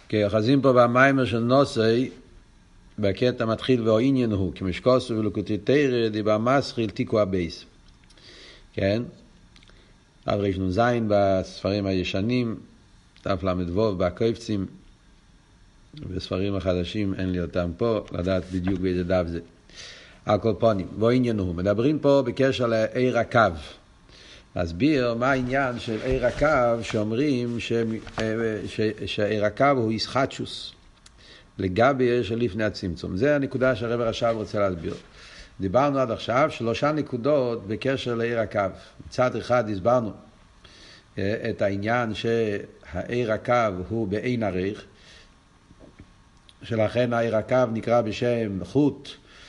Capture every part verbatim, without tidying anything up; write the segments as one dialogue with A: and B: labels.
A: כי אוחזים פה במיימר של נוסי, בקטע מתחיל והעניין הוא, כמשקוסו ולקוטי תרא, דיבר מסחיל תיקו הבייס. כן? אב ריש נו זין בספרים הישנים, תף למדבוב, בהקויפצים, בספרים החדשים אין לי אותם פה, לדעת בדיוק באיזה דף זה. על כל פונים, והעניין הוא, מדברים פה בקשר לעיר הקו. להסביר מה העניין של עיר הקו שאומרים ש... ש... שעיר הקו הוא ישחטשוס לגבי של לפני הצמצום. זה הנקודה שהרב הרש"ב רוצה להסביר. דיברנו עד עכשיו שלושה נקודות בקשר לעיר הקו. מצד אחד הסברנו את העניין שהעיר הקו הוא בעין עריך, שלכן העיר הקו נקרא בשם חוט,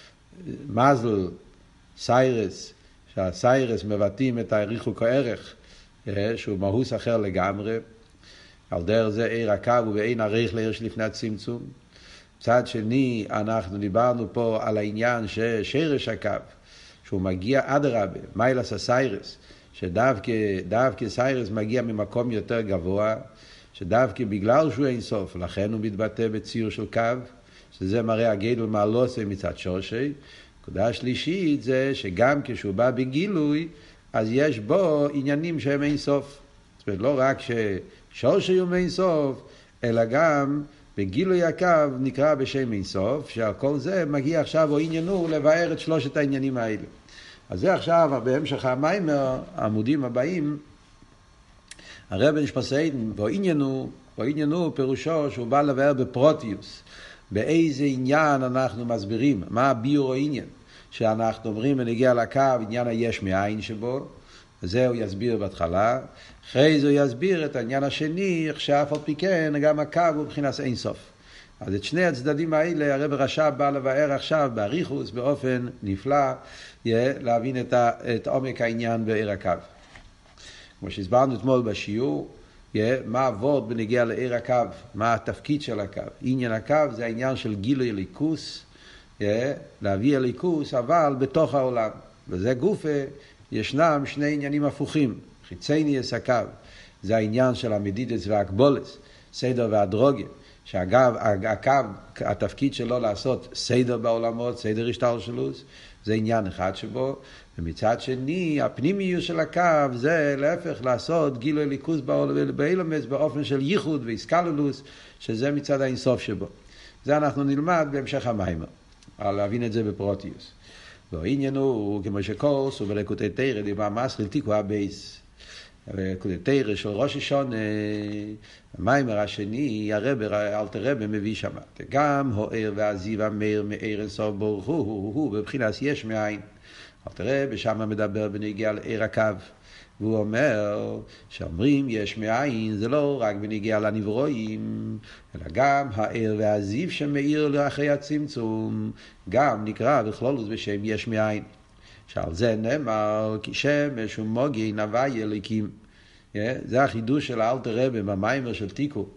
A: מזל, סיירס, שהסיירס מבטאים את העריך וכערך, שהוא מהוס אחר לגמרי. על דרך זה עיר הקו הוא בעין עריך לעיר שלפני הצמצום. מצד שני אנחנו דיברנו פה על העניין ששרש הקו, שהוא מגיע עד הרבה, מיילס הסיירס, שדווקא סיירס מגיע ממקום יותר גבוה, שדווקא בגלל שהוא אין סוף, לכן הוא מתבטא בציור של קו, שזה מראה הגדל מעלוסי מצד שורשי. נקודה שלישית זה שגם כשהוא בא בגילוי, אז יש בו עניינים שהם אין סוף. זאת אומרת, לא רק ששורשי הוא אין סוף, אלא גם בגילוי הקו נקרא בשם אין סוף, שהכל זה מגיע עכשיו או עניינו לבאר את שלושת העניינים האלה. אז זה עכשיו, בהמשך המיימר, העמודים הבאים, הרב נשפסיידן, ועניינו, ועניינו פירושו שהוא בא לבאר בפרוטיוס, באיזה עניין אנחנו מסבירים, מה הביור או עניין, שאנחנו אומרים ונגיע לקו, עניין היש מאין שבו, וזה הוא יסביר בהתחלה, אחרי זה הוא יסביר את העניין השני, איך שאף על פי כן, גם הקו הוא מבחינת אין סוף. אז את שני הצדדים האלה, הרב הרש"ב בא לבאר עכשיו, באריכוס, באופן נפלא, להבין את, ה, את עומק העניין בעיר הקו. כמו שהסברנו אתמול בשיעור, מה עבוד בנגיע לעיר הקו, מה התפקיד של הקו. עניין הקו זה העניין של גילוי אליקוס, להביא אליקוס, אבל בתוך העולם. וזה גופה, ישנם שני עניינים הפוכים. חיצייניוס הקו, זה העניין של המדידס והקבולס, סדר והדרוגיה, שאגב, הקו, התפקיד שלו לעשות סדר בעולמות, סדר השתלשלות, זה עניין אחד שבו, ומצד שני, הפנימיות של הקו זה להפך לעשות גילוי אליקוס באילומס באופן של ייחוד ואיסקלולוס, שזה מצד האינסוף שבו. זה אנחנו נלמד בהמשך המיימר, על להבין את זה בפרוטיוס. והעניין הוא, כמו שקורס, ובלקוטי תרא דיבר מסחיל תיקו הבייס. בלקוטי תרא של ראש השונה, המיימר השני, הרב, אלתר רבי מביא שם. גם העיר והזיו המאיר מאיר אינסוף ברוך הוא, הוא, הוא, בבחינת יש מאין. אלתר רבי שם מדבר בנגיע לעיר הקו. והוא אומר שאומרים יש מאין, זה לא רק בנגיע לנברואים, אלא גם העיר והזיו שמאיר לאחרי הצמצום, גם נקרא בכלולוס בשם יש מאין. שעל זה נאמר, כי שמש ומוגין הווי אליקים. זה החידוש של אלתר רבי במיימר של תיקו.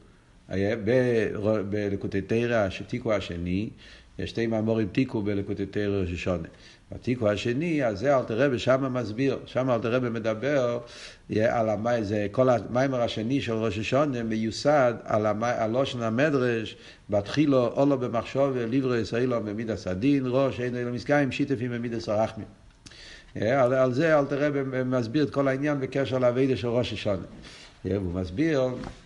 A: בלקוטי תרא, שתיקו השני, יש שתי מאמרים תיקו בלקוטי תרא ראש השונה. בתיקו השני, אז זה אלתר רבי שם מסביר, שם אלתר רבי מדבר על המי, זה כל המיימר השני של ראש השונה מיוסד על הלושן המדרש, בתחילו אולו במחשוב ליברו ישראלו במידס הדין, ראש אין אלו מסקיים שיתפים במידס הרחמים. על, על זה אלתר רבי מסביר את כל העניין בקשר לעבודה של ראש השונה. הוא מסביר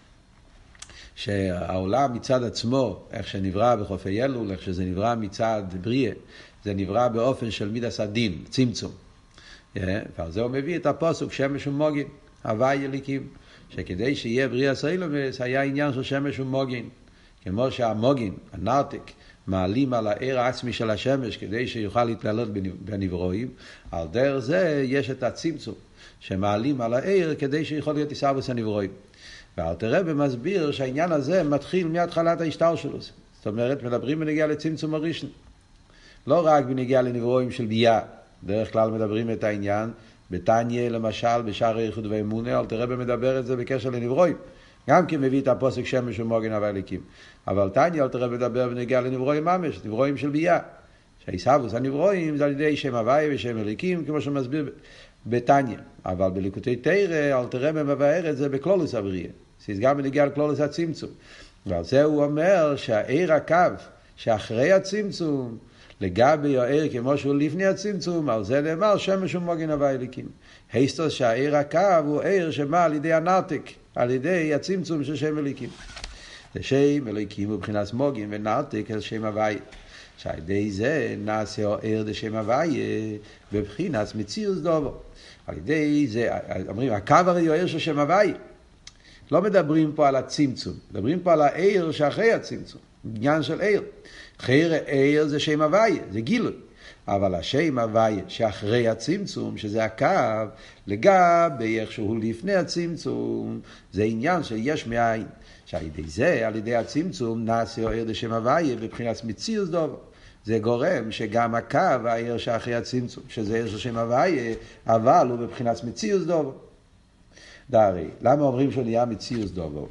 A: שהעולם מצד עצמו, איך שנברא בחופי אלול, איך שזה נברא מצד בריאה, זה נברא באופן של מידס הדין, צמצום. ועל זה הוא מביא את הפסוק שמש ומוגין, הווי אליקים, שכדי שיהיה בריאה סילומס היה עניין של שמש ומוגין. כמו שהמוגין, הנרתק, מעלים על העיר העצמי של השמש כדי שיוכל להתעלות בנברואים, על דרך זה יש את הצמצום, שמעלים על העיר כדי שיכול להיות יסרבוס הנברואים. ואלתר רבי מסביר שהעניין הזה מתחיל מהתחלת ההשתלשלות. זאת אומרת, מדברים בנגיע לצמצום הראשון. לא רק בנגיע לנברואים של ביאה. דרך כלל מדברים את העניין, בתניא למשל, בשער הייחוד והאמונה, אלתר רבי מדבר את זה בקשר לנברואים. גם כי מביא את הפסוק שמש ומוגין הווי אליקים. אבל תניא אלתר רבי מדבר בנגיע לנברואים ממש, נברואים של ביאה. שהישרבוס הנברואים זה על ידי שם הווי ושם אליקים, כמו שמסביר בתניא. אבל בליקוטי תרא אלתר רבי מבאר את זה בכלולוס הבריאה. זה גם בנגיע לכלולוס הצמצום. ועל זה הוא אומר שהעיר הקו שאחרי הצמצום, לגבי העיר כמו שהוא לפני הצמצום, על זה נאמר שמש ומוגן הווה אליקים. היסטוס שהעיר הקו הוא עיר שמה על ידי הנרתק, על ידי הצמצום של שם אליקים. זה שם אליקים מבחינת מוגן ונרתק על שם הוויה. שעל ידי זה נעשה העיר לשם הוויה בבחינת מציאות דובו. על ידי זה, אומרים, הקו הרי הוא העיר של שם הוויה. לא מדברים פה על הצמצום, מדברים פה על העיר שאחרי הצמצום, עניין של עיר. חיר עיר זה שם הוויה, זה גילוי. אבל השם הוויה שאחרי הצמצום, שזה הקו, לגבי איך שהוא לפני הצמצום, זה עניין של יש מאין. שעל ידי זה, על ידי הצמצום, נעשה עיר לשם הוויה בבחינת מציאות דובו. זה גורם שגם הקו, העיר שאחרי הצמצום, שזה עיר של שם הוויה, אבל הוא בבחינת מציאות דובו. דהרי, למה אומרים שהוא נהיה מציאוס דובו?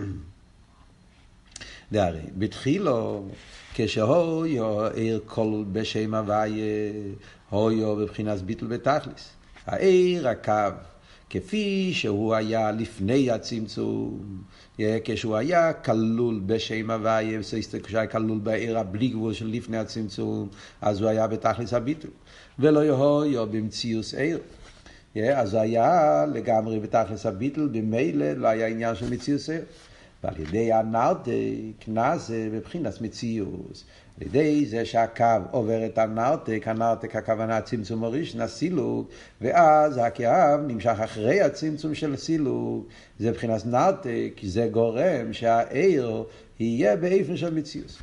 A: דהרי, בתחילו, כשהויו עיר כל בשם הוויה, הויו בבחינת ביטל בתכליס. העיר הקו, כפי שהוא היה לפני הצמצום, כשהוא היה כלול בשם הוויה, כשהוא היה כלול בעיר הבלי גבול של לפני הצמצום, אז הוא היה בתכליס הביטל. ולא הויו במציאוס עיר. אז היה לגמרי בתכלס הביטל, במילא לא היה עניין של מציאוס. ועל ידי הנרתק נעשה בבחינת מציאוס. על ידי זה שהקו עובר את הנרתק, הנרתק הכוונה צמצום הראשון, הסילוק, ואז הקו נמשך אחרי הצמצום של הסילוק. זה בבחינת נרתק, זה גורם שהעיר יהיה באיפן של מציאוס.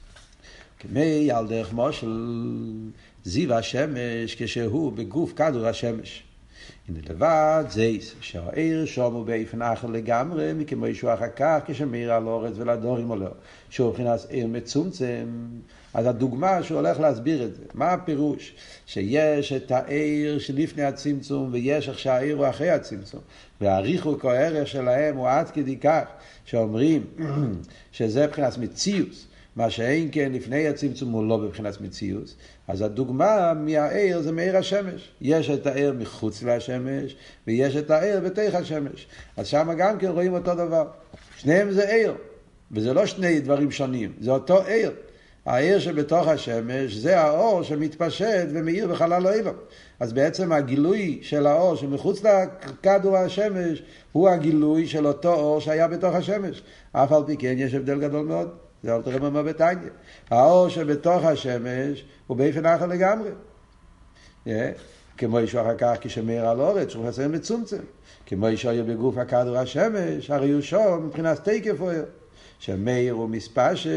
A: כמי על דרך מושל זיו השמש כשהוא בגוף כדור השמש. הנה לבד זה שהעיר שומו באיפן אחר לגמרי מכמו ישוע אחר כך כשמאיר על אורץ ולדורים עולו שהוא מבחינת עיר מצומצם. אז הדוגמה שהוא הולך להסביר את זה, מה הפירוש? שיש את העיר שלפני הצמצום ויש איך שהעיר הוא אחרי הצמצום, והריחוק או הערך שלהם הוא עד כדי כך שאומרים שזה מבחינת מציאוס, מה שאין כן לפני הצמצום הוא לא בבחינת מציאוס. אז הדוגמה מהעיר זה מעיר השמש. יש את העיר מחוץ לשמש ויש את העיר בתוך השמש. אז שם גם כן רואים אותו דבר. שניהם זה עיר, וזה לא שני דברים שונים, זה אותו עיר. העיר שבתוך השמש זה האור שמתפשט ומאיר בחלל העולם. אז בעצם הגילוי של האור שמחוץ לכדור השמש הוא הגילוי של אותו אור שהיה בתוך השמש. אף על פי כן יש הבדל גדול מאוד. זה אל תראה מה בתניא. האור שבתוך השמש הוא באופן אחר לגמרי. Yeah. כמו ישוע אחר כך כשמאיר על אורץ, שהוא חסר מצומצם. כמו ישוע יהיה בגוף הכדור השמש, הרי הוא שום מבחינת תקף הוא. שמאיר הוא מספשת,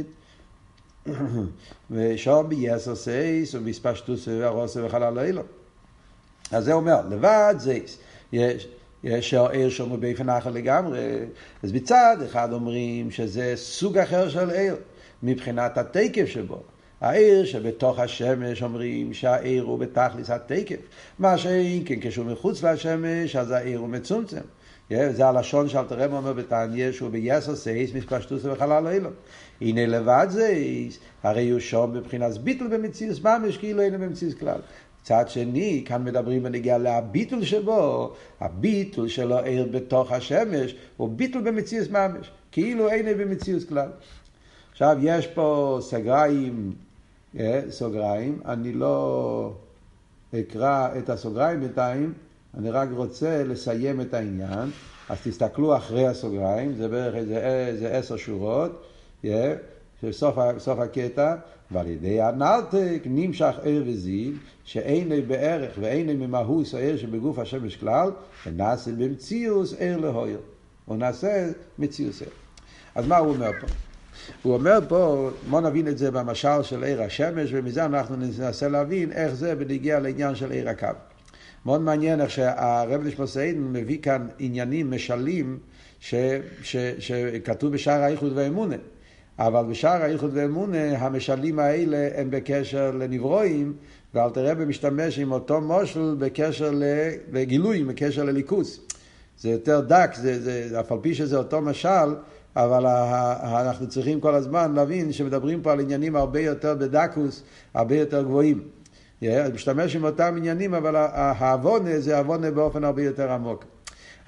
A: ושום ביסר סייס, ומספשטוס והרוסה וחלל העולם. אז זה אומר, לבד זייס. יש... יש העיר שום באופן אחר לגמרי. אז בצד אחד אומרים שזה סוג אחר של עיר מבחינת התקף שבו. העיר שבתוך השמש אומרים שהעיר הוא בתכלס התקף, מה שאין כן כשהוא מחוץ לשמש אז העיר הוא מצומצם. זה הלשון של אלתר רבי אומר בתניא שהוא ביסר סייס מספשטוס וחלל העולם. הנה לבד זייס, הרי הוא שום בבחינת ביטל במציאות ממש כאילו אין במציאות כלל. צד שני, כאן מדברים בנגיע להביטול שבו, הביטול שלו עיר בתוך השמש, הוא ביטול במציאות ממש, כאילו אין במציאות כלל. עכשיו יש פה סוגריים, סוגריים, אני לא אקרא את הסוגריים בינתיים, אני רק רוצה לסיים את העניין, אז תסתכלו אחרי הסוגריים, זה בערך איזה, איזה עשר שורות, סוף, סוף הקטע, ועל ידי הנרתק נמשך עיר וזיו, שאיני בערך ואיני ממהוס העיר שבגוף השמש כלל, ונעשה במציאוס עיר להויר. הוא נעשה מציאוס עיר. אז מה הוא אומר פה? הוא אומר פה, בוא נבין את זה במשל של עיר השמש, ומזה אנחנו ננסה להבין איך זה בנגיע לעניין של עיר הקו. מאוד מעניין איך שהרב נשמע סעידן מביא כאן עניינים, משלים, ש, ש, שכתוב בשער האיחוד והאמונה. אבל בשער האיחוד והאמונה, המשלים האלה הם בקשר לנברואים, ואלתר רבי משתמש עם אותו מושל בקשר לגילוי, בקשר לליכוס. זה יותר דק, זה, זה, אף על פי שזה אותו משל, אבל אנחנו צריכים כל הזמן להבין שמדברים פה על עניינים הרבה יותר בדקוס, הרבה יותר גבוהים. משתמש עם אותם עניינים, אבל העוונה זה העוונה באופן הרבה יותר עמוק.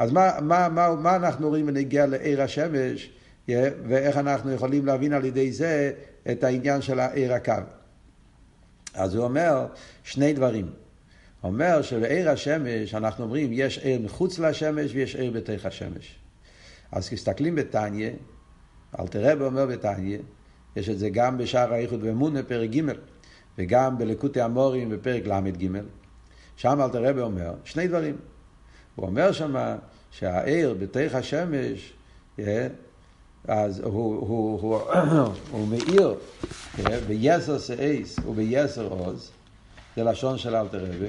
A: אז מה, מה, מה, מה אנחנו רואים בנגיע לעיר השמש, ואיך אנחנו יכולים להבין על ידי זה את העניין של העיר הקו? אז הוא אומר שני דברים. הוא אומר שבעיר השמש אנחנו אומרים יש עיר מחוץ לשמש ויש עיר בתוך השמש. אז כשתסתכלים בתניא, אלתר רבי אומר בתניא, יש את זה גם בשער האיחוד ואמונה פרק ג' וגם בליקוטי המורים בפרק למד ג'. שם אלתר רבי אומר שני דברים. הוא אומר שם שהעיר בתוך השמש, אז הוא, הוא, הוא, הוא מאיר ביסר סעיס וביסר עוז, זה לשון של אלתר רבי,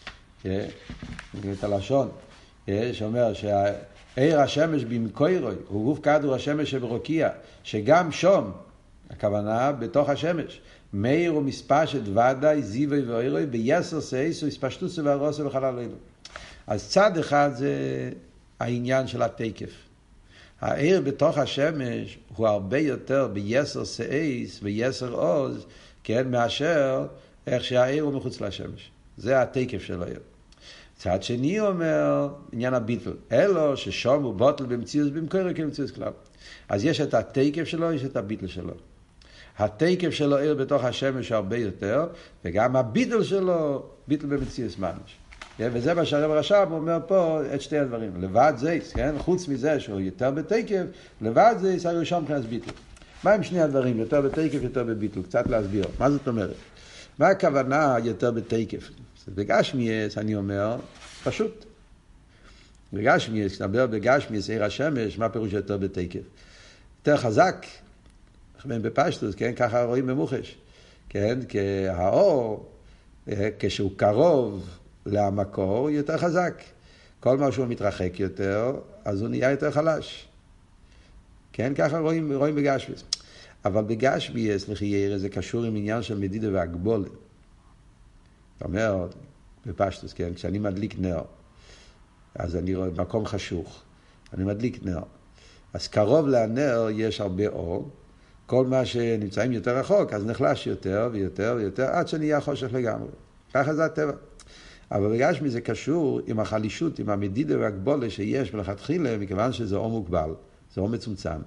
A: את הלשון שאומר שהעיר השמש במקוירוי הוא גוף כדור השמש שברוקיע, שגם שום, הכוונה בתוך השמש, מאיר ומספשת ודאי זיווי ואירוי ביסר סעיס ומספשטוס והרוסה וחלל אלוהים. אז צד אחד זה העניין של התקף. העיר בתוך השמש הוא הרבה יותר ביסר סעיס ויסר עוז, כן, מאשר איך שהעיר הוא מחוץ לשמש. זה התקף של העיר. צד שני אומר עניין הביטל, אלו ששום הוא בוטל במציאות במקור כמציאות כלל. אז יש את התקף שלו, יש את הביטל שלו. התקף שלו עיר בתוך השמש הרבה יותר, וגם הביטל שלו ביטל במציאות ממש. וזה מה שהרב רש"ב אומר פה את שתי הדברים. לבד זה, כן? חוץ מזה שהוא יותר בתקף, לבד זה יסער ראשון מבחינת ביטל. מה הם שני הדברים? יותר בתקף, יותר בביטל. קצת להסביר. מה זאת אומרת? מה הכוונה יותר בתקף? בגשמיאס אני אומר, פשוט. בגשמיאס, כשנדבר בגשמיאס עיר השמש, מה פירוש יותר בתקף? יותר חזק, בפשטוס, כן? ככה רואים במוחש. כן? כי האור, כשהוא קרוב למקור, יותר חזק. כל מה שהוא מתרחק יותר, אז הוא נהיה יותר חלש. כן? ככה רואים, רואים בגשמיאס. אבל בגשמיאס, לחייר, זה קשור עם עניין של מדידה והגבולה. זאת אומרת, בפשטוס, כן? כשאני מדליק נר, אז אני רואה מקום חשוך. אני מדליק נר. אז קרוב לנר יש הרבה אור. כל מה שנמצאים יותר רחוק, אז נחלש יותר ויותר ויותר, עד שנהיה חושך לגמרי. ככה זה הטבע. אבל בגשמי זה קשור עם החלישות, עם המדידה והגבולה שיש מלכתחילה, מכיוון שזה אור מוגבל, זה אור מצומצם.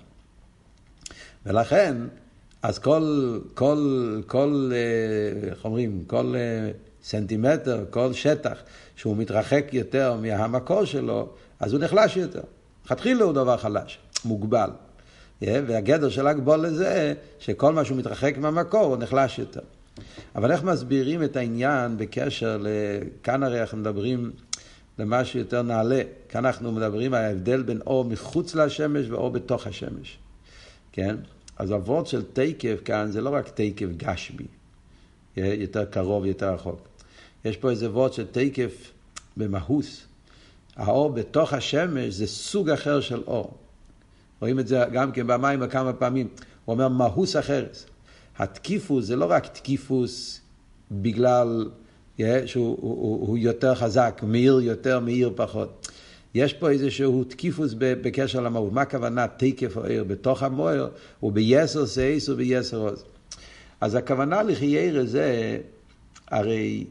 A: ולכן, אז כל, כל, כל, איך אומרים, כל סנטימטר, כל שטח שהוא מתרחק יותר מהמקור שלו, אז הוא נחלש יותר. מלכתחילה הוא דבר חלש, מוגבל. והגדר של הגבול לזה, שכל מה שהוא מתרחק מהמקור הוא נחלש יותר. אבל איך מסבירים את העניין בקשר לכאן הרי אנחנו מדברים למשהו יותר נעלה. כאן אנחנו מדברים על ההבדל בין אור מחוץ לשמש ואור בתוך השמש. כן? אז הוורד של תקף כאן זה לא רק תקף גשמי, יותר קרוב, יותר רחוק. יש פה איזה וורד של תקף במהוס. האור בתוך השמש זה סוג אחר של אור. רואים את זה גם כן במים כמה פעמים. הוא אומר מהוס אחרת. התקיפוס זה לא רק תקיפוס בגלל yeah, שהוא הוא, הוא יותר חזק, מהיר יותר, מהיר פחות. יש פה איזשהו תקיפוס בקשר למהות. מה הכוונה תקף או עיר? בתוך המויר הוא ביסר סייס וביסר עוז. אז הכוונה לחייר זה, הרי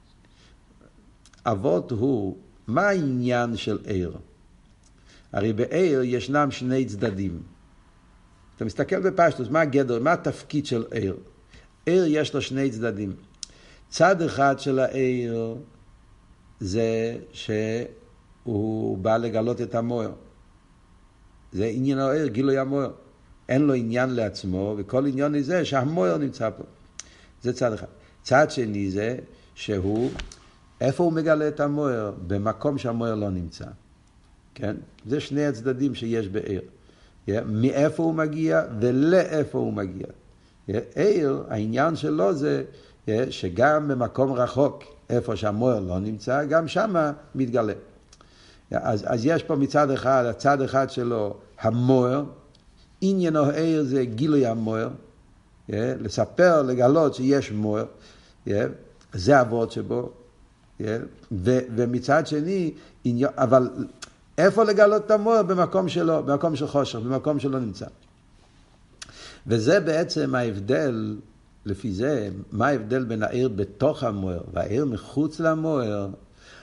A: אבות הוא, מה העניין של עיר? הרי בעיר ישנם שני צדדים. אתה מסתכל בפשטוס, מה הגדר, מה התפקיד של עיר? עיר יש לו שני צדדים. צד אחד של העיר זה שהוא בא לגלות את המויר. זה עניין העיר, גילוי המויר. אין לו עניין לעצמו, וכל עניין זה שהמויר נמצא פה. זה צד אחד. צד שני זה שהוא, איפה הוא מגלה את המויר? במקום שהמויר לא נמצא. כן? זה שני הצדדים שיש בעיר. Yeah, מאיפה הוא מגיע ולאיפה הוא מגיע. Yeah, עיר, העניין שלו זה yeah, שגם במקום רחוק, איפה שהמויר לא נמצא, גם שם מתגלה. Yeah, אז, אז יש פה מצד אחד, הצד אחד שלו, המויר, עניין העיר זה גילוי המויר, yeah, לספר, לגלות שיש מויר, yeah, זה העבוד שבו, yeah, ו, ומצד שני, עניין, אבל איפה לגלות את המויר? במקום שלו, במקום של חושך, במקום שלו נמצא. וזה בעצם ההבדל, לפי זה, מה ההבדל בין העיר בתוך המויר והעיר מחוץ למויר?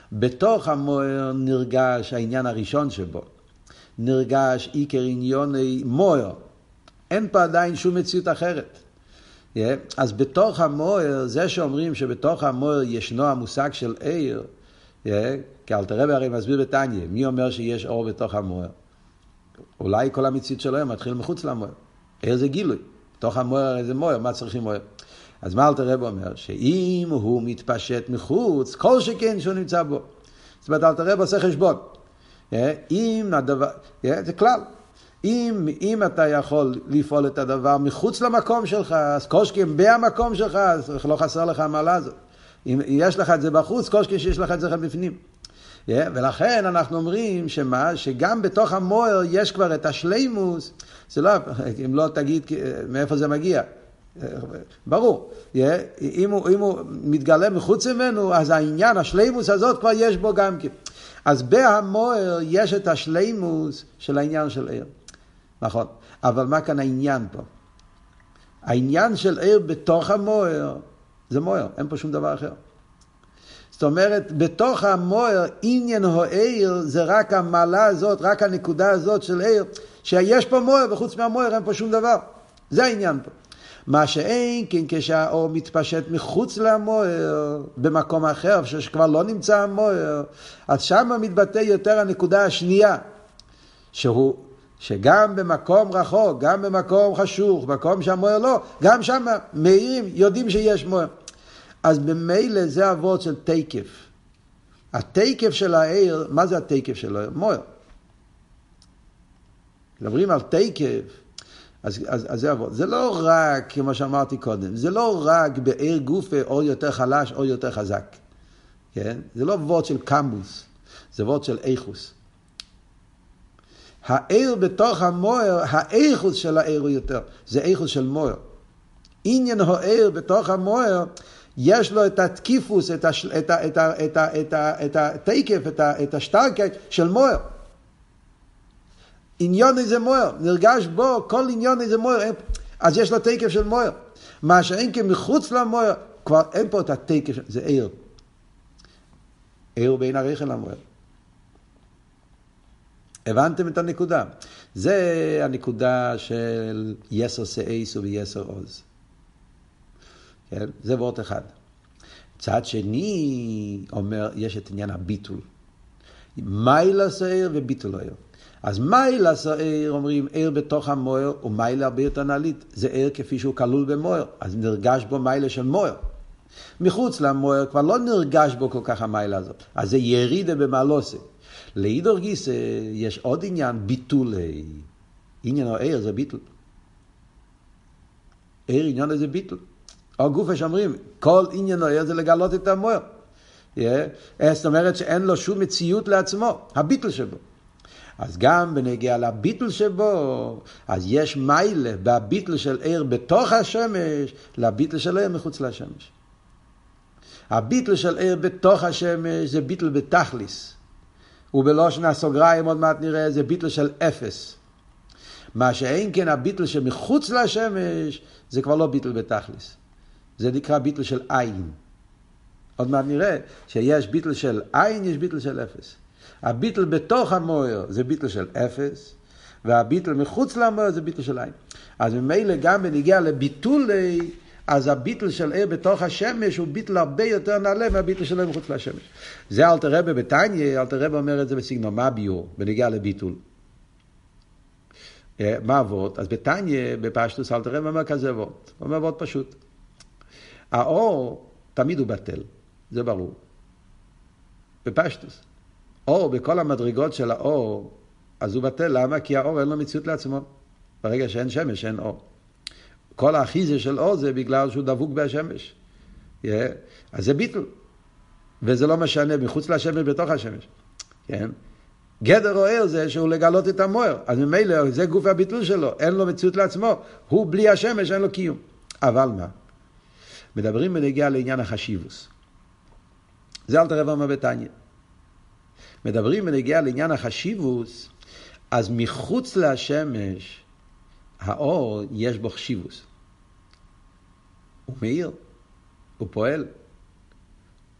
A: בתוך המוער נרגש העניין הראשון שבו. נרגש עיקר עניוני מוער. אין פה עדיין שום מציאות אחרת. Yeah. אז בתוך המוער, זה שאומרים שבתוך המוער ישנו המושג של עיר, yeah. כי אלתר רבי הרי מסביר בתניא, מי אומר שיש אור בתוך המוער? אולי כל המציאות שלו מתחיל מחוץ למוער. עיר זה גילוי. בתוך המוער הרי זה מוער, מה צריכים מוער? אז מה אלתר רבי אומר? שאם הוא מתפשט מחוץ, כל שכן שהוא נמצא בו. זאת אומרת, אלתר רבי עושה חשבון. Yeah. אם הדבר, yeah, זה כלל. אם, אם אתה יכול לפעול את הדבר מחוץ למקום שלך, אז קושקים במקום שלך, אז לא חסר לך המעלה הזאת. אם יש לך את זה בחוץ, קושקים שיש לך את זה בפנים. Yeah, ולכן אנחנו אומרים שמה, שגם בתוך המוער יש כבר את השלימוס, זה לא, אם לא תגיד מאיפה זה מגיע. ברור. Yeah, אם, הוא, אם הוא מתגלה מחוץ ממנו, אז העניין, השלימוס הזאת כבר יש בו גם כן. אז בהמוער יש את השלימוס של העניין של עיר. נכון, אבל מה כאן העניין פה? העניין של עיר בתוך המוער זה מוער, אין פה שום דבר אחר. זאת אומרת, בתוך המוער עניין העיר זה רק המעלה הזאת, רק הנקודה הזאת של עיר, שיש פה מוער וחוץ מהמוער אין פה שום דבר. זה העניין פה. מה שאין כן כשהאור מתפשט מחוץ למוער, במקום אחר, שכבר לא נמצא המוער, אז שם מתבטא יותר הנקודה השנייה, שהוא שגם במקום רחוק, גם במקום חשוך, במקום שהמוער לא, גם שם מאירים, יודעים שיש מוער. אז במילא זה עבוד של תקף. התקף של העיר, מה זה התקף של העיר? מוער. מדברים על תקף, אז, אז, אז זה עבוד. זה לא רק, כמו שאמרתי קודם, זה לא רק בעיר גופה או יותר חלש או יותר חזק. כן? זה לא עבוד של קמוס, זה עבוד של איכוס. העיר בתוך המוער, האיכוס של העיר הוא יותר. זה איכוס של מוער. עניין העיר בתוך המוער, יש לו את התקיפוס, את, הש... את, ה... את, ה... את, ה... את, ה... את התקף, את, ה... את השטרקת של מוער. עניון איזה מוער, נרגש בו, כל עניון איזה מוער. אז יש לו תקף של מוער. מה שאין כמחוץ למוער, כבר אין פה את התקף, זה עיר. עיר בין הרחל למוער. הבנתם את הנקודה? זה הנקודה של יסר סעיס ויסר עוז. כן? זה וורט אחד. צד שני אומר, יש את עניין הביטול. מיילה סעיר וביטול העיר. אז מיילה סעיר אומרים, עיר בתוך המוער, ומיילה הרבה יותר נעלית. זה עיר כפי שהוא כלול במוער. אז נרגש בו מיילה של מוער. מחוץ למוער כבר לא נרגש בו כל כך המיילה הזאת. אז זה ירידה במעלוסה. להידור גיס יש עוד עניין ביטול. עניין העיר זה ביטול. עיר עניין זה ביטול. או גופה שאומרים, כל עניין העיר זה לגלות את המוער. Yeah. זאת אומרת שאין לו שום מציאות לעצמו, הביטול שבו. אז גם בנגיע לביטול שבו, אז יש מיילה בביטול של עיר בתוך השמש, לביטול של עיר מחוץ לשמש. הביטול של עיר בתוך השמש זה ביטול בתכליס. ובלושן הסוגריים עוד מעט נראה, זה ביטל של אפס. מה שאין כן הביטל שמחוץ לשמש, זה כבר לא ביטל בתכליס. זה נקרא ביטל של עין. עוד מעט נראה שיש ביטל של עין, יש ביטל של אפס. הביטל בתוך המוער זה ביטל של אפס, והביטל מחוץ למוער זה ביטל של עין. אז ממילא גם בנגיע לביטולי, אז הביטל של עיר בתוך השמש הוא ביטל הרבה יותר נעלה מהביטל של עיר מחוץ לשמש. זה אלתר רבי בתניא, אלתר רבי אומר את זה בסגנון, מה הביור בנגיע לביטול? מה עבוד? אז בתניא, בפשטוס, אלתר רבי אומר כזה עבוד. הוא אומר עבוד פשוט. האור תמיד הוא בטל, זה ברור. בפשטוס. אור, בכל המדרגות של האור, אז הוא בטל. למה? כי האור אין לו מציאות לעצמו. ברגע שאין שמש, אין אור. כל האחיזה של אור זה בגלל שהוא דבוק בהשמש. Yeah. אז זה ביטל. וזה לא משנה מחוץ לשמש, בתוך השמש. כן? גדר אור זה שהוא לגלות את המוער. אז ממילא זה גוף הביטול שלו. אין לו מציאות לעצמו. הוא בלי השמש, אין לו קיום. אבל מה? מדברים בנגיע לעניין החשיבוס. זה אל תראה מה בתניא. מדברים בנגיע לעניין החשיבוס, אז מחוץ לשמש, האור יש בו חשיבוס. הוא מאיר, הוא פועל.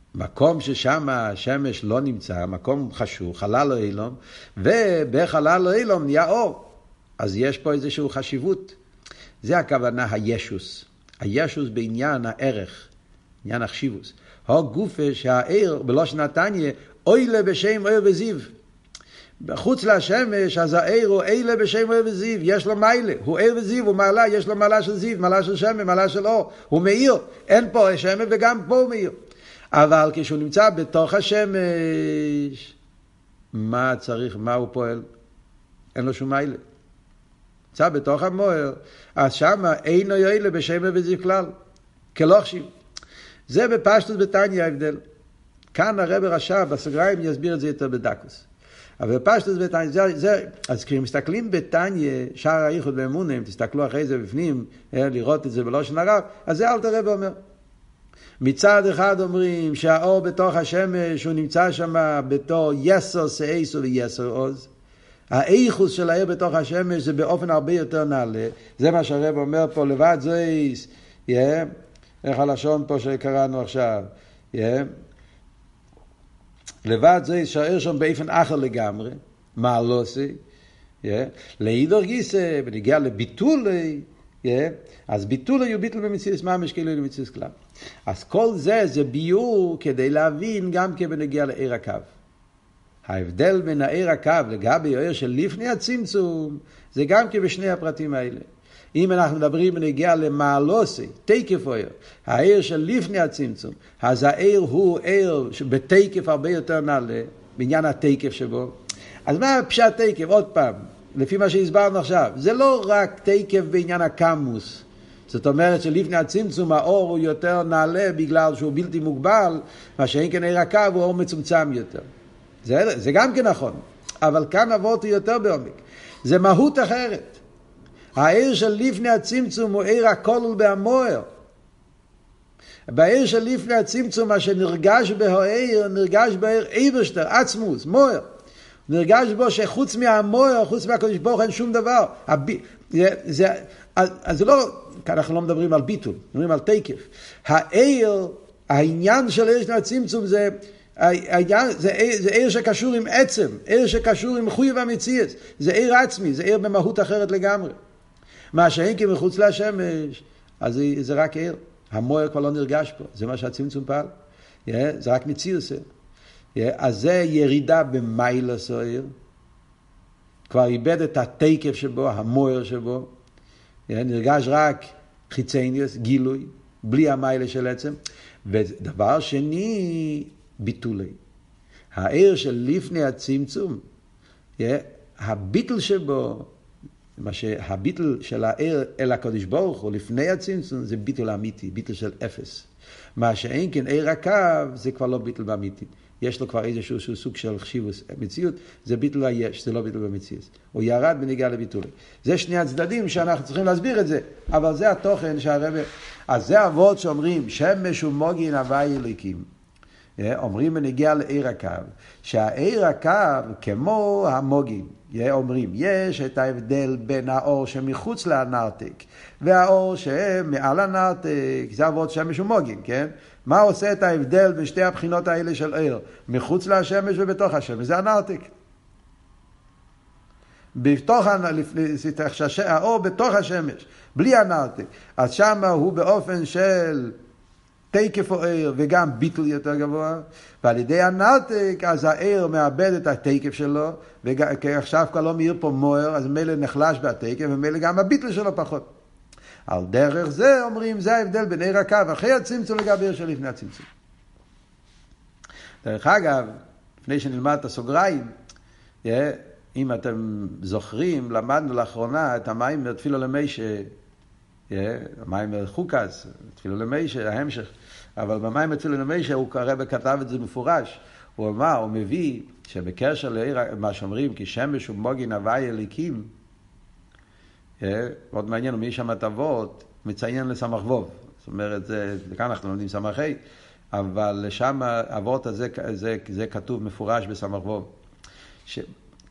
A: מקום ששם השמש לא נמצא, מקום חשוך, חלל אילום, ובחלל אילום נהיה אור. אז יש פה איזושהי חשיבות. זה הכוונה הישוס. הישוס בעניין הערך, עניין החשיבוס. הו גופה שהעיר בלושן התניא, אוילה בשם אויר וזיו. בחוץ לשמש, אז העיר הוא אוילה בשם אויר וזיו, יש לו מיילה, הוא אויר וזיו, הוא מעלה, יש לו מעלה של זיו, מעלה של שמש, מעלה של אור. הוא מאיר, אין פה שמש וגם פה הוא מאיר. אבל כשהוא נמצא בתוך השמש, מה צריך, מה הוא פועל? אין לו שום מיילה. נמצא בתוך המוער, אז שם אינו יועילה בשם וזיו כלל, כלוכשיב. זה בפשטוס בתניא ההבדל. כאן הרב רש"ב בסוגריים יסביר את זה יותר בדקוס. אבל בפשטוס בתניא, זה, זה, אז כשמסתכלים בתניא, שער הייחוד באמונה, אם תסתכלו אחרי זה בפנים, לראות את זה בלושן הרב, אז זה אלתר רב אומר. מצד אחד אומרים שהאור בתוך השמש, הוא נמצא שם בתור יסר סעיסו ויסר עוז. האיכוס של העיר בתוך השמש זה באופן הרבה יותר נעלה. זה מה שהרב אומר פה, לבד זויס, yeah, איך הלשון פה שקראנו עכשיו, yeah, לבד זויס שהעיר שם באופן אחר לגמרי, מה לא עושה, yeah, להידור גיסא, ונגיע לביטולי, yeah, אז ביטולי הוא ביטול במציאות ממש כאילו למציאות כלל. אז כל זה זה ביור כדי להבין גם כבנגיע לעיר הקו. ההבדל בין העיר הקו לגבי העיר של לפני הצמצום, זה גם כבשני הפרטים האלה. אם אנחנו מדברים בנגיע למעלוסי, תקף העיר, העיר של לפני הצמצום, אז העיר הוא עיר בתקף הרבה יותר נעלה, בעניין התקף שבו. אז מה פשט תקף? עוד פעם, לפי מה שהסברנו עכשיו, זה לא רק תקף בעניין הקמוס, זאת אומרת שלפני הצמצום האור הוא יותר נעלה בגלל שהוא בלתי מוגבל, מה שאין כן עיר הקו הוא אור מצומצם יותר. זה, זה גם כן נכון, אבל כאן עבורתי יותר בעומק. זה מהות אחרת. העיר של לפני הצמצום הוא עיר הכולל בהמוער. בעיר של לפני הצמצום מה שנרגש בהעיר, נרגש בעיר איברשטר, עצמוס, מוער. נרגש בו שחוץ מהמוער, חוץ מהקדוש ברוך אין שום דבר. הב... זה, זה, אז, אז זה לא, כאן אנחנו לא מדברים על ביטול, מדברים על תקף. העיר, העניין של עיר של הצמצום זה... העניין, זה, זה עיר שקשור עם עצם, עיר שקשור עם חוי והמציאות, זה עיר עצמי, זה עיר במהות אחרת לגמרי. מה שאין כי מחוץ לשמש, אז זה, זה רק עיר, המוער כבר לא נרגש פה, זה מה שהצמצום פעל, yeah, זה רק מציאות. Yeah, אז זה ירידה במיילס העיר, כבר איבד את התקף שבו, המוער שבו, yeah, נרגש רק חיצניוס, גילוי, בלי המיילס של עצם. ודבר שני, ביטולי. העיר של לפני הצמצום, yeah, הביטל שבו, מה שהביטל של העיר אל הקדוש ברוך הוא לפני הצמצום, זה ביטל אמיתי, ביטל של אפס. מה שאין כן עיר הקו, זה כבר לא ביטל באמיתי. יש לו כבר איזשהו סוג של חשיבוס מציאות, זה ביטל היש, זה לא ביטל במציאות. הוא ירד בנגיעה לביטולי. זה שני הצדדים שאנחנו צריכים להסביר את זה, אבל זה התוכן שהרב... אז זה אבות שאומרים, שמש ומוגין הווי אליקים. אומרים בנגיע לעיר הקו, שהעיר הקו כמו המוגין, אומרים, יש את ההבדל בין האור שמחוץ לנרתק, והאור שמעל הנרתק, זה אבות שמש ומוגין, כן? מה עושה את ההבדל בין שתי הבחינות האלה של עיר? מחוץ לשמש ובתוך השמש, זה הנרתק. בתוך, האור בתוך השמש, בלי הנרתק, אז שם הוא באופן של... תקף או עיר וגם ביטל יותר גבוה, ועל ידי הנרתק אז העיר מאבד את התקף שלו, ועכשיו כבר לא מאיר פה מוער, אז מילא נחלש בהתקף, ומילא גם הביטל שלו פחות. על דרך זה אומרים, זה ההבדל בין עיר הקו אחרי הצמצום לגבי עיר שלפני הצמצום. דרך אגב, לפני שנלמד את הסוגריים, אם אתם זוכרים, למדנו לאחרונה את המים תפילו למשה, המים חוקס, תפילו למשה, ההמשך, אבל במים תפילו למשה הוא הרב כתב את זה מפורש, הוא אמר, הוא מביא שבקשר לעיר, מה שאומרים, כי שמש ומוגין הווי אליקים, מאוד מעניין, ומי שם הטבות, מציין לסמך ווב, זאת אומרת, זה, כאן אנחנו לומדים סמכי, אבל שם האבות הזה, זה, זה כתוב מפורש בסמך ווב, ש...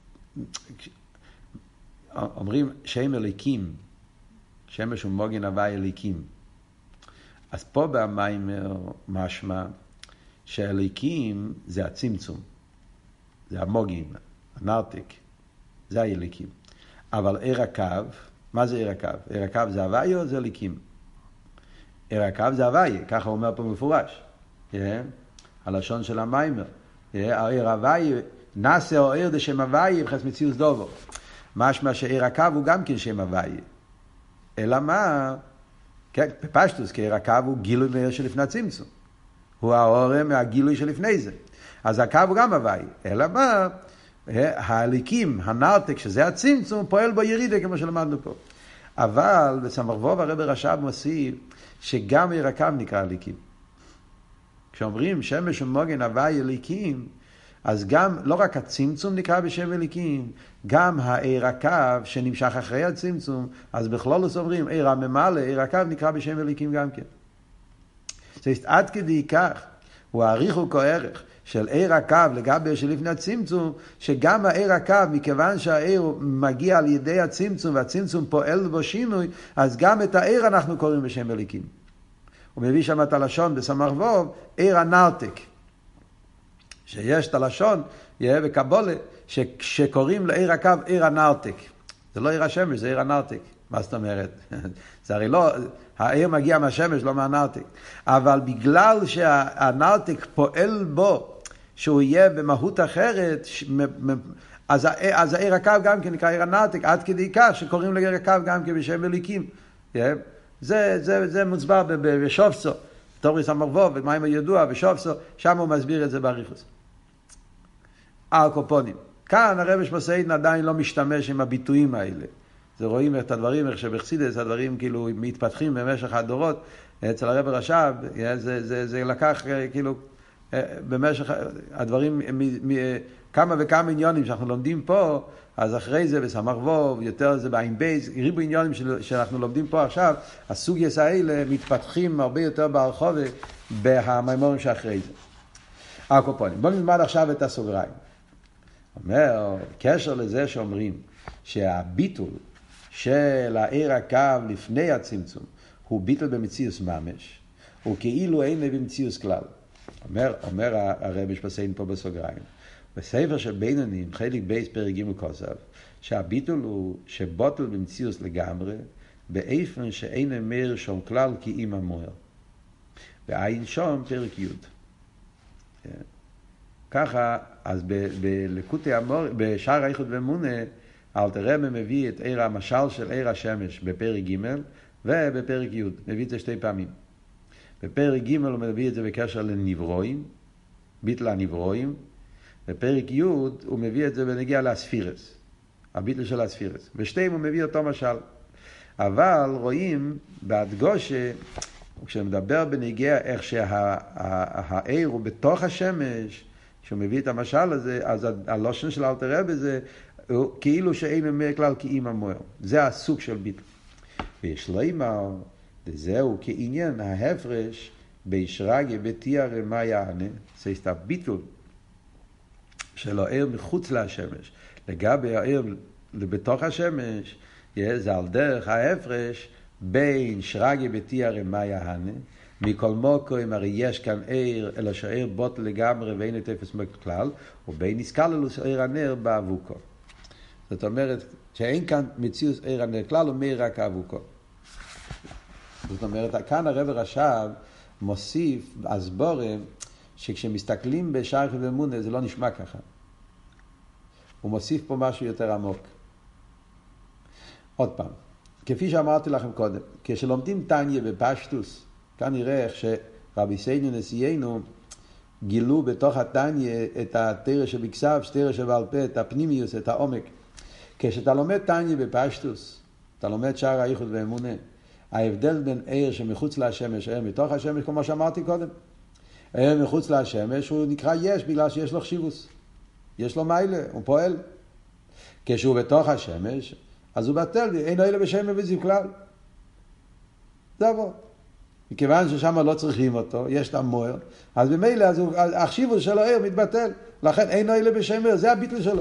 A: אומרים שם אליקים, שמש ומוגין הווי אליקים. אז פה במים משמע שהליקים זה הצמצום, זה המוגים, הנרתק, זה הליקים. אבל עיר הקו, מה זה עיר הקו? עיר הקו זה הוואי או זה ליקים? עיר הקו זה הוואי, ככה הוא אומר פה מפורש. Yeah. הלשון של המיימר. Yeah. העיר הוואי, נעשה או עיר זה שם הוואי, בחס מציאוס דובו. משמע שעיר הקו הוא גם כן שם הוואי. אלא מה? כן, בפשטוס, כי עיר הקו הוא גילוי מהעיר שלפני הצמצום. הוא האור מהגילוי שלפני זה. אז הקו הוא גם הוואי. אלא מה? הליקים, הנרתק, שזה הצמצום, פועל בו ירידה, כמו שלמדנו פה. אבל בסמ"ך ווב הרב רש"ב מוסיף שגם עיר הקו נקרא ליקים. כשאומרים שמש ומוגן הוואי אליקים, אז גם לא רק הצמצום נקרא בשם אליקים, גם העיר הקו שנמשך אחרי הצמצום, אז בכלולוס אומרים עיר הממלא, עיר הקו נקרא בשם אליקים גם כן. זאת אומרת, עד כדי כך הוא העריך וכערך של עיר הקו לגבי שלפני הצמצום, שגם העיר הקו, מכיוון שהעיר מגיע על ידי הצמצום, והצמצום פועל בו שינוי, אז גם את העיר אנחנו קוראים בשם אליקים. הוא מביא שם את הלשון בסמ"ך ווב, עיר הנרתק. שיש את הלשון, יהיה בקבולה, שקוראים לעיר הקו עיר הנרתק. זה לא עיר השמש, זה עיר הנרתק. מה זאת אומרת? זה הרי לא, העיר מגיע מהשמש, לא מהנרתק. אבל בגלל שהנרתק פועל בו, שהוא יהיה במהות אחרת, אז, אז העיר הקו גם כן נקרא עיר הנרתק, עד כדי כך שקוראים לעיר הקו גם כן בשם אליקים. זה, זה, זה מוסבר בשופסו, תורי סמ"ך ווב, ומים הידוע בשופסו, שם הוא מסביר את זה באריכות. הקופונים. כאן הרב שמסעידן עדיין לא משתמש עם הביטויים האלה. זה רואים את הדברים, איך שבחסידות, הדברים כאילו מתפתחים במשך הדורות. אצל הרב רש"ב, זה, זה, זה לקח כאילו, במשך הדברים, מ, מ, כמה וכמה עניונים שאנחנו לומדים פה, אז אחרי זה בסמ"ך ווב, יותר זה בעין בייס, ריבו עניונים שאנחנו לומדים פה עכשיו, הסוגיות האלה מתפתחים הרבה יותר ברחוב בהמימורים שאחרי זה. הקופונים. בואו נלמד עכשיו את הסוגריים. אומר, קשר לזה שאומרים שהביטול של העיר הקו לפני הצמצום הוא ביטול במציאוס ממש, הוא כאילו אין במציאוס כלל. אומר, אומר הרב שמסעידן פה בסוגריים, בספר של בינונים, חלק בייס פרק ג' כוסף, שהביטול הוא שבוטל במציאוס לגמרי, באיפן שאין אמר שום כלל כי אימא מוהר. ועין שום פרק י'. ככה, אז בלקוטי המור, בשער האיחוד ואמונה, אלתר רבי מביא את עיר המשל של עיר השמש בפרק ג' ובפרק י'. מביא את זה שתי פעמים. בפרק ג' הוא מביא את זה בקשר לנברואים, ביטל הנברואים, בפרק י' הוא מביא את זה בנגיע לאספירס, הביטל של האספירס. בשתיים הוא מביא אותו משל. אבל רואים בהדגושה, כשמדבר בנגיע איך שהעיר הוא בתוך השמש, כשהוא מביא את המשל הזה, אז הלושן של אלתר רבי זה כאילו שאין אומר כלל כי אימא מוהר. זה הסוג של ביטל. ויש לומר, וזהו כעניין ההפרש בישרגי בתיאר מה יענה, זה את הביטול של העיר מחוץ לשמש. לגבי העיר בתוך השמש, זה על דרך ההפרש בין שרגי בתיאר מה יענה, מכל מוקוים הרי יש כאן עיר, אלא שהעיר בוטל לגמרי ואין את אפס מכלל, ובין איסקללוס עיר הנר באבוקו. זאת אומרת שאין כאן מציאוס עיר הנר כלל, ומאיר רק האבוקו. זאת אומרת, כאן הרב רש"ב מוסיף הסבורם שכשמסתכלים בשער האיחוד ואמונה זה לא נשמע ככה. הוא מוסיף פה משהו יותר עמוק. עוד פעם, כפי שאמרתי לכם קודם, כשלומדים תניה בפשטוס, כאן נראה איך שרבי סיינו נשיאנו גילו בתוך התניה את התורה שבכסף, תורה שבעל פה, את הפנימיוס, את העומק. כשאתה לומד תניה בפשטוס, אתה לומד שער האיחוד ואמונה, ההבדל בין עיר שמחוץ לשמש, עיר מתוך השמש, כמו שאמרתי קודם. עיר מחוץ לשמש הוא נקרא יש, בגלל שיש לו חשיבוס. יש לו מיילה, הוא פועל. כשהוא בתוך השמש, אז הוא בטל, אין אלה בשם וזיו כלל. זה עבור. מכיוון ששם לא צריכים אותו, יש את המוער, אז במילא, אז החשיבוס שלו עיר מתבטל. לכן אין אלה בשם וזיו, זה הביטל שלו.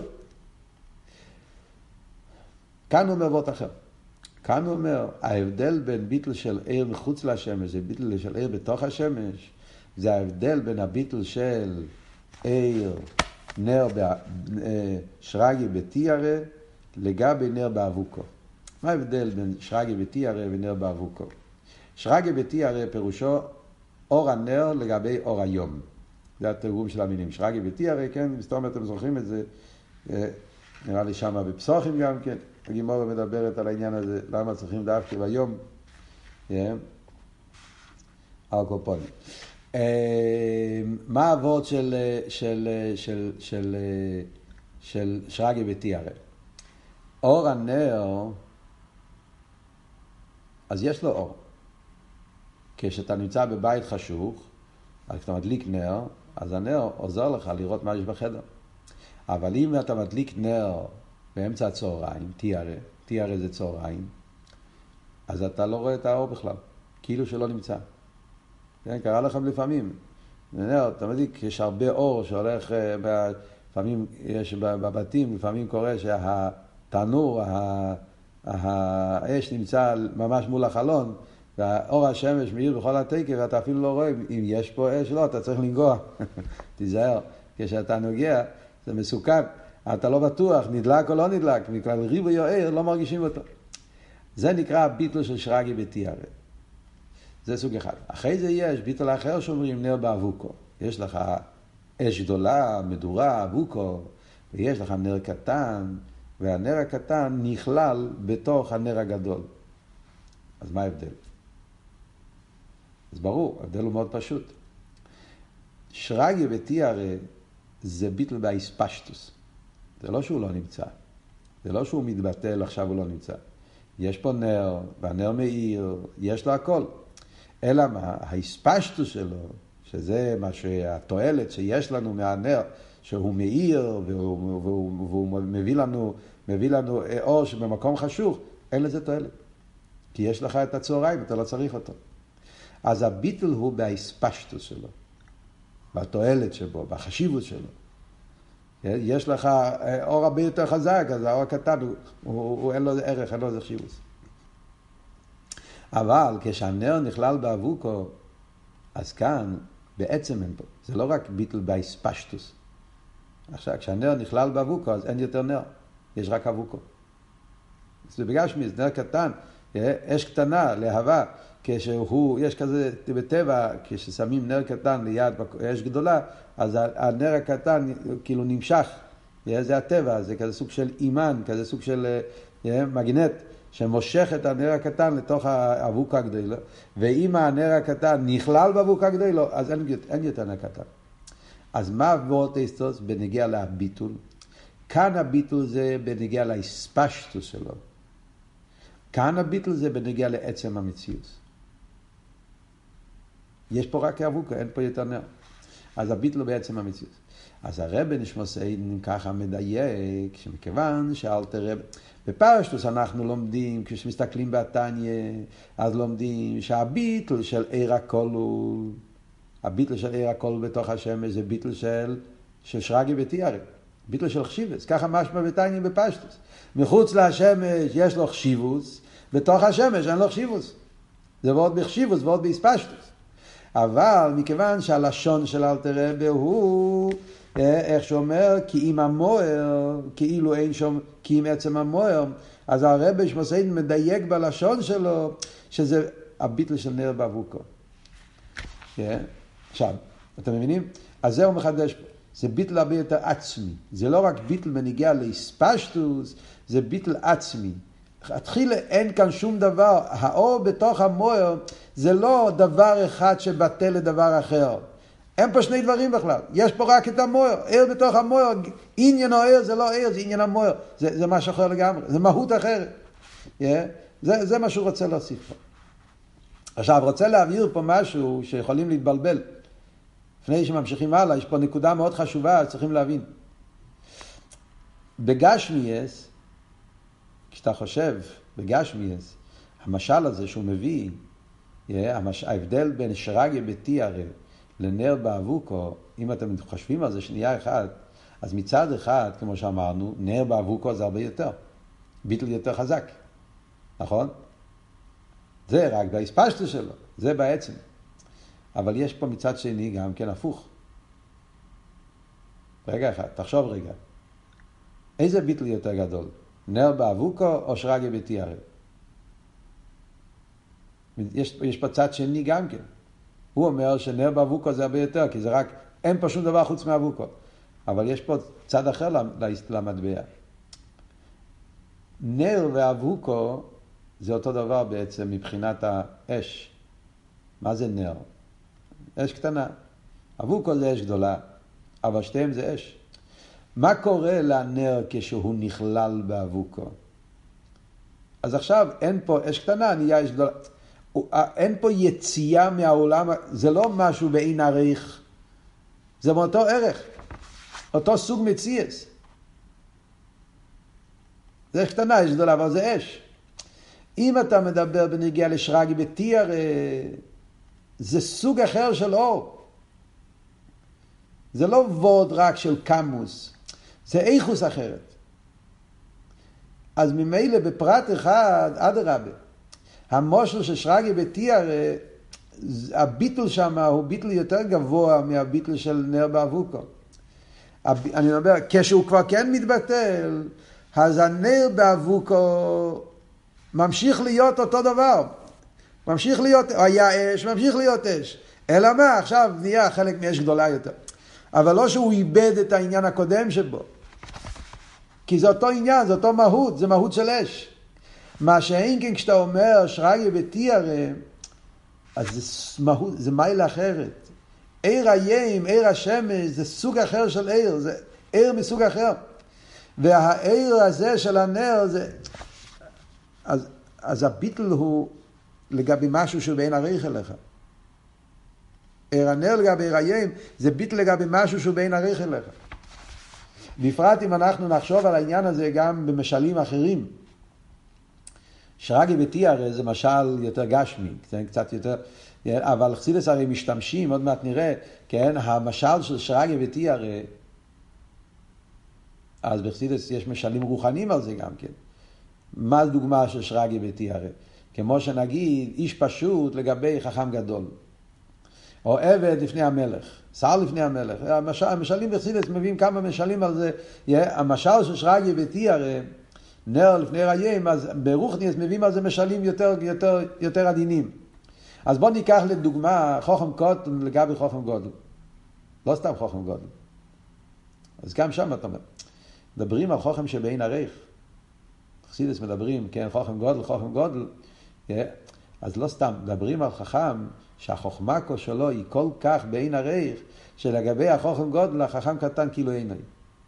A: כאן הוא אומר וורט אחר. כאן הוא אומר, ההבדל בין ביטל של עיר מחוץ לשמש, זה ביטל של עיר בתוך השמש, זה ההבדל בין הביטל של עיר, נר, שרגי בתיארה, לגבי נר באבוקו. מה ההבדל בין שרגי בתיארה ונר באבוקו? שרגי בתיארה פירושו אור הנר לגבי אור היום. זה התרגום של המינים. שרגי בתיארה, כן, מסתום אתם זוכרים את זה, נראה לי שמה בפסוחים גם כן, הגימורה מדברת על העניין הזה, למה צריכים דווקא ביום, אלקופונים. מה העבוד של, של, של, של, של שרגי בתיארה? אור הנר, אז יש לו אור. כשאתה נמצא בבית חשוך, אז כשאתה מדליק נר, אז הנר עוזר לך לראות מה יש בחדר. אבל אם אתה מדליק נר באמצע הצהריים, תיארה, תיארה זה צהריים, אז אתה לא רואה את האור בכלל, כאילו שלא נמצא. כן, קרה לכם לפעמים. נר, אתה מדליק, יש הרבה אור שהולך, לפעמים יש בבתים, לפעמים קורה שהתנור, האש נמצא ממש מול החלון, והאור השמש מאיר בכל התקף, ואתה אפילו לא רואה אם יש פה אש, לא, אתה צריך לנגוע. תיזהר, כשאתה נוגע, זה מסוכן, אתה לא בטוח, נדלק או לא נדלק, מכלל ריבוי יוער לא מרגישים אותו. זה נקרא הביטל של שרגי בתיארה. זה סוג אחד. אחרי זה יש ביטל אחר שאומרים נר באבוקו. יש לך אש גדולה, מדורה, אבוקו, ויש לך נר קטן, והנר הקטן נכלל בתוך הנר הגדול. אז מה ההבדל? אז ברור, ההבדל הוא מאוד פשוט. שרגי בתיארה זה ביטל באספשטוס. זה לא שהוא לא נמצא. זה לא שהוא מתבטל, עכשיו הוא לא נמצא. יש פה נר, והנר מאיר, יש לו הכל. אלא מה? האספשטוס שלו, שזה מה שהתועלת שיש לנו מהנר, שהוא מאיר, והוא, והוא, והוא מביא לנו, מביא לנו אור שבמקום חשוך, אין לזה תועלת. כי יש לך את הצהריים, אתה לא צריך אותו. אז הביטל הוא באספשטוס שלו. בתועלת שבו, בחשיבות שלו. יש לך אור הרבה יותר חזק, אז האור הקטן, הוא, הוא, הוא אין לו ערך, אין לו איזה חשיבות. אבל כשהנר נכלל באבוקו, אז כאן בעצם אין פה. זה לא רק ביטל באספשטוס. עכשיו, כשהנר נכלל באבוקו, אז אין יותר נר. יש רק אבוקו. זה בגשמי, זה נר קטן, אש קטנה, להבה, כשהוא, יש כזה בטבע, כששמים נר קטן ליד אש גדולה, אז הנר הקטן כאילו נמשך, זה הטבע, זה כזה סוג של אימן, כזה סוג של מגנט, שמושך את הנר הקטן לתוך האבוקה הגדולה, ואם הנר הקטן נכלל באבוקה הגדולה, אז אין, אין יותר נר קטן. אז מה עבוד אסטוס בנגיע להביטול? כאן הביטול זה בנגיע להספשטוס שלו. כאן הביטול זה בנגיע לעצם המציאות. יש פה רק אבוקה, אין פה יותר נר. אז הביטול בעצם המציאות. אז הרב נשמוס עדן ככה מדייק, שמכיוון שאלתר רב, בפרשטוס אנחנו לומדים, כשמסתכלים בתניא, אז לומדים שהביטול של עיר הכלול, הביטול של עיר הכלול בתוך השמש, זה ביטול של, של שרגי בתיארה, ביטול של חשיבוס, ככה משמע בתניא בפרשטוס. מחוץ לשמש יש לו חשיבוס, בתוך השמש אין לו חשיבוס. זה ועוד בחשיבוס ועוד בהספשטוס. אבל מכיוון שהלשון של אלתר רב הוא, איך שאומר, כי אם המוער, כאילו אין שום, כי אם עצם המוער, אז הרב שמוסעידן מדייק בלשון שלו, שזה הביטל של נר באבוקו. עכשיו, אתם מבינים? אז זה הוא מחדש פה. זה ביטל הרבה יותר עצמי. זה לא רק ביטל בנגיע להספשטוס, זה ביטל עצמי. התחילה אין כאן שום דבר, האור בתוך המוער זה לא דבר אחד שבטל לדבר אחר. אין פה שני דברים בכלל, יש פה רק את המוער, עיר בתוך המוער, עניין העיר זה לא עיר, זה עניין המוער, זה, זה משהו אחר לגמרי, זה מהות אחרת. Yeah? זה, זה מה שהוא רוצה להוסיף פה. עכשיו, רוצה להבהיר פה משהו שיכולים להתבלבל. לפני שממשיכים הלאה, יש פה נקודה מאוד חשובה, צריכים להבין. בגשמיאס, כשאתה חושב בגשמיאס, המשל הזה שהוא מביא, המש... ההבדל בין שרגי בתיארה לנר באבוקו, אם אתם חושבים על זה שנייה אחת, אז מצד אחד, כמו שאמרנו, נר באבוקו זה הרבה יותר, ביטל יותר חזק, נכון? זה רק בהספשטוס שלו, זה בעצם. אבל יש פה מצד שני גם כן הפוך. רגע אחד, תחשוב רגע. איזה ביטל יותר גדול? נר באבוקו או שרגא בתיארא? יש, יש פה צד שני גם כן. הוא אומר שנר באבוקו זה הרבה יותר, כי זה רק, אין פה שום דבר חוץ מאבוקו. אבל יש פה צד אחר למטבע. נר ואבוקו זה אותו דבר בעצם מבחינת האש. מה זה נר? אש קטנה. אבוקו זה אש גדולה, אבל שתיהם זה אש. מה קורה לנר כשהוא נכלל באבוקו? אז עכשיו אין פה אש קטנה, נהיה אש גדולה. אין פה יציאה מהעולם, זה לא משהו בעין עריך. זה מאותו ערך. אותו סוג מציאס. זה אש קטנה, אש גדולה, אבל זה אש. אם אתה מדבר בנגיע לשרגא בתיארא, זה סוג אחר של אור. זה לא ווד רק של קמוס. זה איכוס אחרת. אז ממילא בפרט אחד, אדרבה, המושל של שרגא בתיארא, הביטל שם הוא ביטל יותר גבוה מהביטל של נר באבוקו. אני אומר, כשהוא כבר כן מתבטל, אז הנר באבוקו ממשיך להיות אותו דבר. ממשיך להיות, היה אש, ממשיך להיות אש. אלא מה? עכשיו נהיה חלק מאש גדולה יותר. אבל לא שהוא איבד את העניין הקודם שבו. כי זה אותו עניין, זה אותו מהות, זה מהות של אש. מה שאין כן כשאתה אומר שרגא בתיארא, אז זה מהות, זה מיילה אחרת. עיר הים, עיר השמש, זה סוג אחר של עיר, זה עיר מסוג אחר. והעיר הזה של הנר, זה... אז, אז הביטל הוא לגבי משהו שהוא בין עריך אליך. עיר הנר לגבי עיר הים, זה ביטל לגבי משהו שהוא בין עריך אליך. בפרט אם אנחנו נחשוב על העניין הזה גם במשלים אחרים. שרגא בתיארא זה משל יותר גשמי, זה קצת יותר, אבל חסידות הרי משתמשים, עוד מעט נראה, כן, המשל של שרגא בתיארא, אז בחסידות יש משלים רוחניים על זה גם כן. מה הדוגמה של שרגא בתיארא? כמו שנגיד, איש פשוט לגבי חכם גדול. או עבד לפני המלך, שר לפני המלך. המשל, המשלים בחסידות מביאים כמה משלים על זה. המשל של שרגא בתיארא, נר לפני רעים, אז ברוחניאס מביאים על זה משלים יותר, יותר, יותר עדינים. אז בוא ניקח לדוגמה חוכם קוטן לגבי חוכם גודל. לא סתם חוכם גודל. אז גם שם אתה אומר. מדברים על חוכם שבעין עריך. חסידות מדברים, כן, חוכם גודל, חוכם גודל. אז לא סתם, מדברים על חכם שהחוכמה שלו היא כל כך בעין עריך, שלגבי החוכם גודל, החכם קטן כאילו עינוי.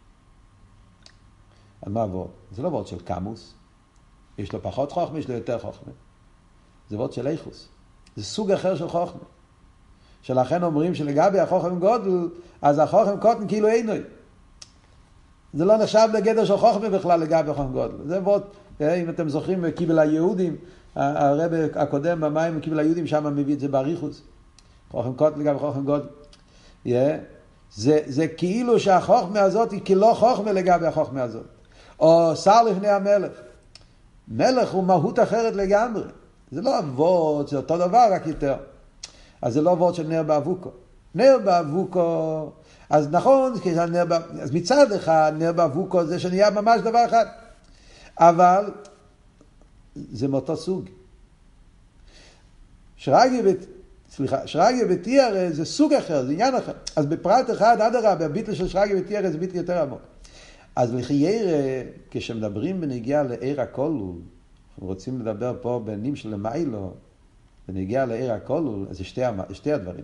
A: אז מה עבוד? זה לא עבוד של קמוס. יש לו פחות חוכמה, יש לו יותר חוכמה. זה עבוד של איכוס. זה סוג אחר של חוכמה. שלכן אומרים שלגבי החוכם גודל, אז החוכם קוטן כאילו עינוי. זה לא נחשב לגדר של חוכמה בכלל לגבי החוכם גודל. זה עבוד, אם אתם זוכרים, קיבל היהודים, הרב הקודם במים, קיבל היהודים, שם מביא את זה באריכוס. חוכם קוטן לגבי חוכם גודל. Yeah. זה, זה כאילו שהחוכמה הזאת היא כלא חוכמה לגבי החוכמה הזאת. או שר לפני המלך. מלך הוא מהות אחרת לגמרי. זה לא אבות, זה אותו דבר רק יותר. אז זה לא אבות של נר באבוקו. נר באבוקו, אז נכון, נר, אז מצד אחד נר באבוקו זה שנהיה ממש דבר אחד. אבל זה מאותו סוג. שרגא בת... סליחה, שרגא בתיארא זה סוג אחר, זה עניין אחר. אז בפרט אחד, אדרבה, הביטל של שרגא בתיארא זה ביטל יותר עמוק. אז לחיירא, כשמדברים בנגיעה לעיר הכלול, אנחנו רוצים לדבר פה בנים של למיילו, בנגיעה לעיר הכלול, אז זה שתי, שתי הדברים.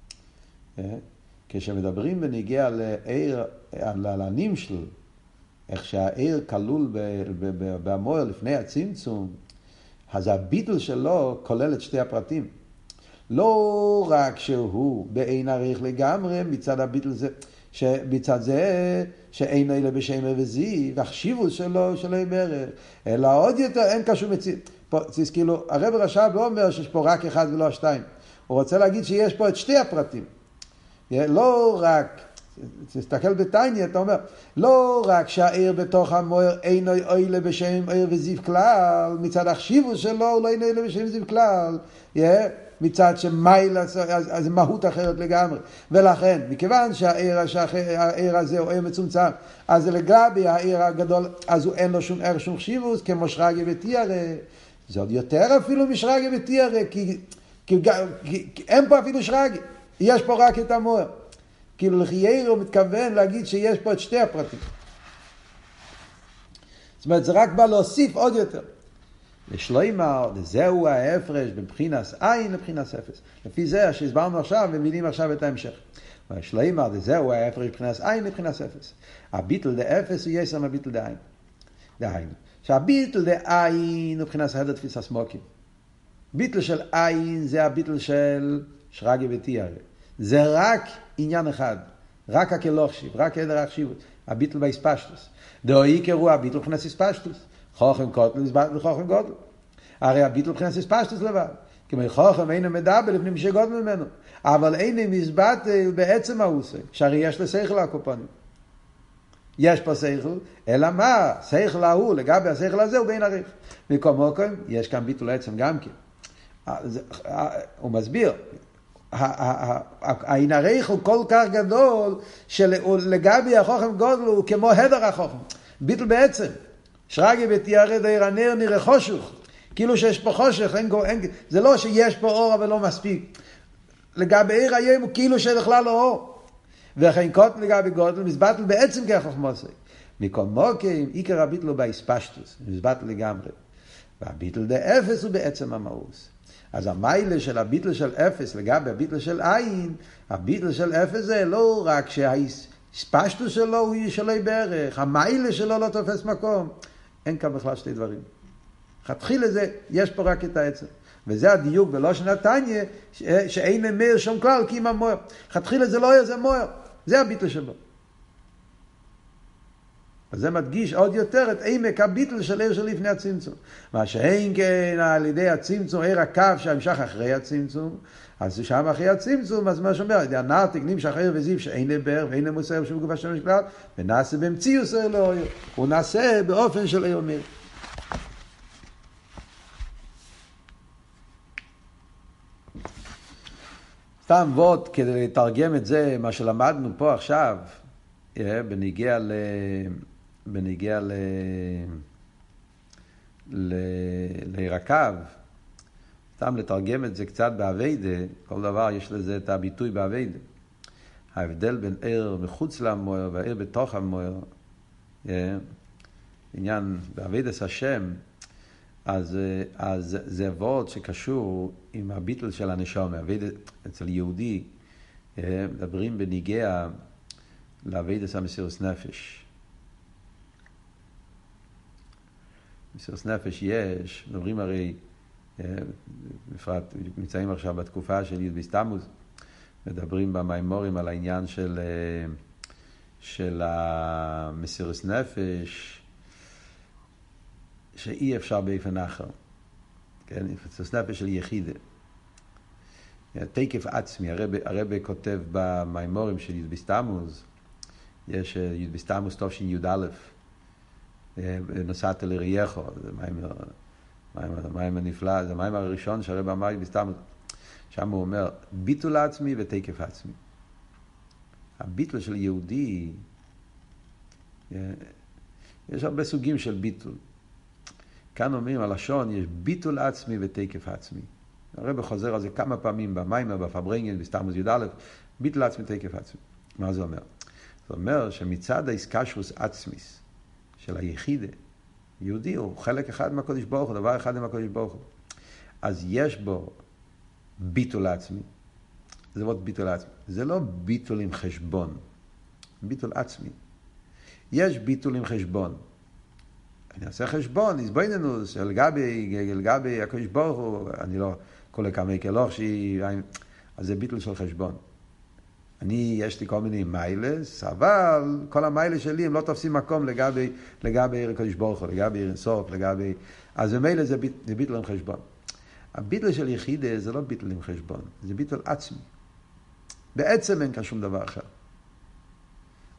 A: כשמדברים בנגיעה לעיר, על הנים של, איך שהעיר כלול במוער לפני הצמצום, אז הביטל שלו כולל את שתי הפרטים. לא רק שהוא בעין עריך לגמרי, מצד הביטל זה, שבצד זה שאין אלה בשם וזי, והחשיבות שלו שלא ימרר, אלא עוד יותר אין קשור מציב. זה כאילו, הרב רש"ב לא אומר שיש פה רק אחד ולא שתיים. הוא רוצה להגיד שיש פה את שתי הפרטים. לא רק, תסתכל בתניא, אתה אומר, לא רק שהעיר בתוך המויר אינו אוילה בשם עיר וזיו כלל, מצד החשיבות שלו הוא לא אינו אוילה בשם זיו כלל, yeah, מצד שמייל, אז, אז זה מהות אחרת לגמרי. ולכן, מכיוון שהעיר, שהעיר הזה הוא עיר מצומצם, אז לגבי העיר הגדול, אז הוא אין לו שום ערך, שום חשיבות, כמו שרגי ותיארה. זה עוד יותר אפילו משרגי ותיארה, כי, כי, כי, כי אין פה אפילו שרגי, יש פה רק את המויר. כאילו לחיירו הוא מתכוון להגיד שיש פה את שתי הפרטים. זאת אומרת, זה רק בא להוסיף עוד יותר. לשלוימר, זהו ההפרש בין בחינס עין לבחינס אפס. לפי זה שהסברנו עכשיו, ומבינים עכשיו את ההמשך. לשלוימר, זהו ההפרש בין בחינס עין לבחינס אפס. הביטל דה אפס הוא יסר מהביטל דה עין. דהיינו, שהביטל דה עין הוא בחינס הדר תפיס הסמוקים. ביטל של עין זה הביטל של שרגי ותיארה. זה רק עניין אחד, רק הכלוך שיב, רק עדר החשיבות, הביטל בהספשטוס. דאוי קראו הביטל מבחינת הספשטוס. חוכם קוטל הסבטל וחוכם גודל. הרי הביטל מבחינת הספשטוס לבד. כמו חוכם אינו מדבר לפני מי שגודל ממנו. אבל אינו מסבטל בעצם העושה, שהרי יש לשכל הקופונים. יש פה שכל, אלא מה? שכל ההוא, לגבי השכל הזה הוא בין עריך. מקום מוקם, יש כאן ביטל עצם גם כן. הוא מסביר, העין עריך הוא כל כך גדול שלגבי החוכם גודל הוא כמו הדר החוכם. ביטל בעצם. שרגי ותיארה דיר הנר נראה חושך. כאילו שיש פה חושך, אין, אין, זה לא שיש פה אור אבל לא מספיק. לגבי עיר היום הוא כאילו שבכלל לא אור. וכן קוטל לגבי גודל מסבטל בעצם כחוכמוסי. מכל מוקים, עיקר הביטל הוא בהספשטוס, מסבטל לגמרי. והביטל דה אפס הוא בעצם המאוס. אז המיילה של הביטל של אפס לגבי הביטל של עין, הביטל של אפס זה לא רק שהספשטוס שלו הוא שלו בערך, המיילה שלו לא תופס מקום. אין כאן בכלל שתי דברים. חתחיל לזה, יש פה רק את העצם. וזה הדיוק בלושן התניא, שאין אמר שום כלל, כי אם המויר. חתחיל לזה לא יהיה, זה מויר. זה הביטל שבו. אז זה מדגיש עוד יותר את עמק הביטל של עיר של לפני הצמצום. מה שאין כן על ידי הצמצום, עיר הקו שהמשך אחרי הצמצום, אז שם אחרי הצמצום, אז מה שאומר, הנרתיק נמשך עיר וזיו שאין לבר ואין למוסר שום גופה שמש כלל, ונעשה במציאוס עיר לאויר. הוא נעשה באופן של עיר אומר. סתם ווד כדי לתרגם את זה, מה שלמדנו פה עכשיו, בניגיע ל... בניגיע ל... ל... לירקב, סתם לתרגם את זה קצת בעבודה, כל דבר יש לזה את הביטוי בעבודה. ההבדל בין עיר מחוץ למויר והעיר בתוך המויר, עניין בעבודת השם, אז, אז זה ווד שקשור עם הביטל של הנשמה. אצל יהודי מדברים בניגיע לעבודת המסירות נפש. מסירות נפש יש, מדברים הרי, בפרט נמצאים עכשיו בתקופה של י' בתמוז, מדברים במימורים על העניין של, של המסירות נפש, שאי אפשר באופן אחר. כן, מסירות נפש של יחידה. תקף עצמי, הרב, הרב כותב במימורים של י' בתמוז, יש י' בתמוז טוב של י' א', נוסעת לרייחו, זה מים הנפלא, זה המים הראשון שהרב אמר י' בתמוז. שם הוא אומר, ביטול עצמי ותקף עצמי. הביטול של יהודי, יש הרבה סוגים של ביטול. כאן אומרים, הלשון, יש ביטול עצמי ותקף עצמי. הרב חוזר על זה כמה פעמים במיימר, בפברנגן, בתמוז י' א', ביטול עצמי ותקף עצמי. מה זה אומר? זה אומר שמצד האיסקשוס עצמיס של היחידה, יהודי הוא חלק אחד מהקודש ברוך הוא, דבר אחד עם הקודש ברוך הוא. אז יש בו ביטול עצמי. זה לא ביטול עצמי. זה לא ביטול עם חשבון. ביטול עצמי. יש ביטול עם חשבון. אני אעשה חשבון, נסבויננוס, לגבי, לגבי הקודש ברוך הוא, אני לא, כל כמה כלוך שהיא, אז זה ביטול של חשבון. אני, יש לי כל מיני מיילס, אבל כל המיילס שלי הם לא תופסים מקום לגבי, לגבי עיר הקודש ברוך הוא, לגבי עיר אינסוף, לגבי, אז במילא זה, ביט, זה ביטול עם חשבון. הביטול של יחידה זה לא ביטול עם חשבון, זה ביטול עצמי. בעצם אין כאן שום דבר אחר.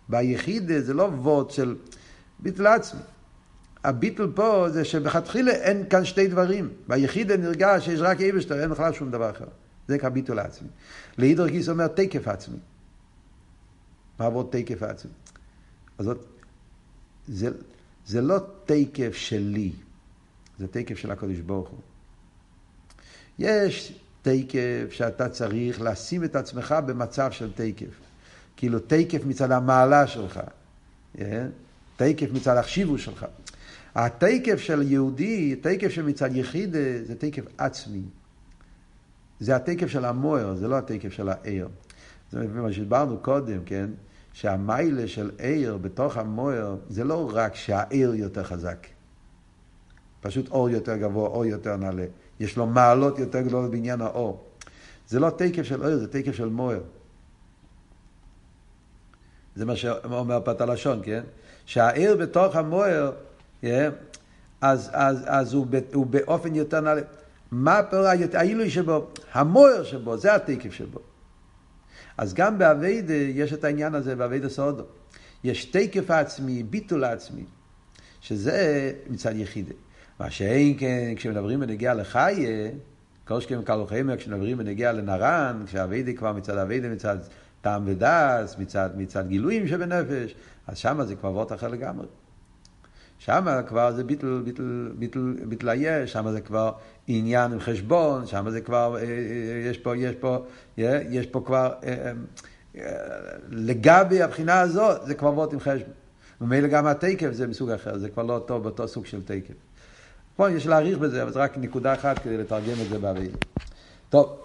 A: ביחיד זה לא וורד של ביטל עצמי. הביטל פה זה שבכתחילה אין כאן שתי דברים. ביחיד נרגש שיש רק אבשטר, אין בכלל שום דבר אחר. זה כביטול עצמי. להידור גיס אומר תקף עצמי. מה עבוד תקף עצמי? אז זה, זה לא תקף שלי, זה תקף של הקדוש ברוך הוא. יש תקף שאתה צריך לשים את עצמך במצב של תקף. כאילו תקף מצד המעלה שלך. תקף מצד החשיבות שלך. התקף של יהודי, תקף שמצד יחיד, זה תקף עצמי. זה התקף של המויר, זה לא התקף של העיר. זה מה שדברנו קודם, כן? שהמיילה של עיר בתוך המויר, זה לא רק שהעיר יותר חזק. פשוט אור יותר גבוה, אור יותר נעלה. יש לו מעלות יותר גדולות בעניין האור. זה לא תקף של עיר, זה תקף של מויר. זה מה שאומר פת הלשון, כן? שהעיר בתוך המויר, אז, אז, אז הוא, הוא באופן יותר נעלה. מה הפעולה? העילוי שבו, המויר שבו, זה התקף שבו. אז גם בעבודה יש את העניין הזה, בעבודה סעודו. יש תקף עצמי, ביטול עצמי, שזה מצד יחידה. מה שאין כן, כשמדברים בנגיע לחיה, כל שכם קלו חיימר, כשמדברים בנגיע לנרן, כשהעבודה כבר מצד העבודה, מצד טעם ודס, מצד, מצד גילויים שבנפש, אז שם זה כבר וורט אחר לגמרי. שם כבר זה ביטל, ביטל, ביטל, ביטל היש, שם זה כבר עניין עם חשבון, שם זה כבר, יש פה, יש פה, יש פה כבר, לגבי הבחינה הזאת, זה כבר וורט עם חשבון. ומילא גם התקף זה מסוג אחר, זה כבר לא טוב באותו סוג של תקף. פה יש להעריך בזה, אבל זה רק נקודה אחת כדי לתרגם את זה בעבודה. טוב.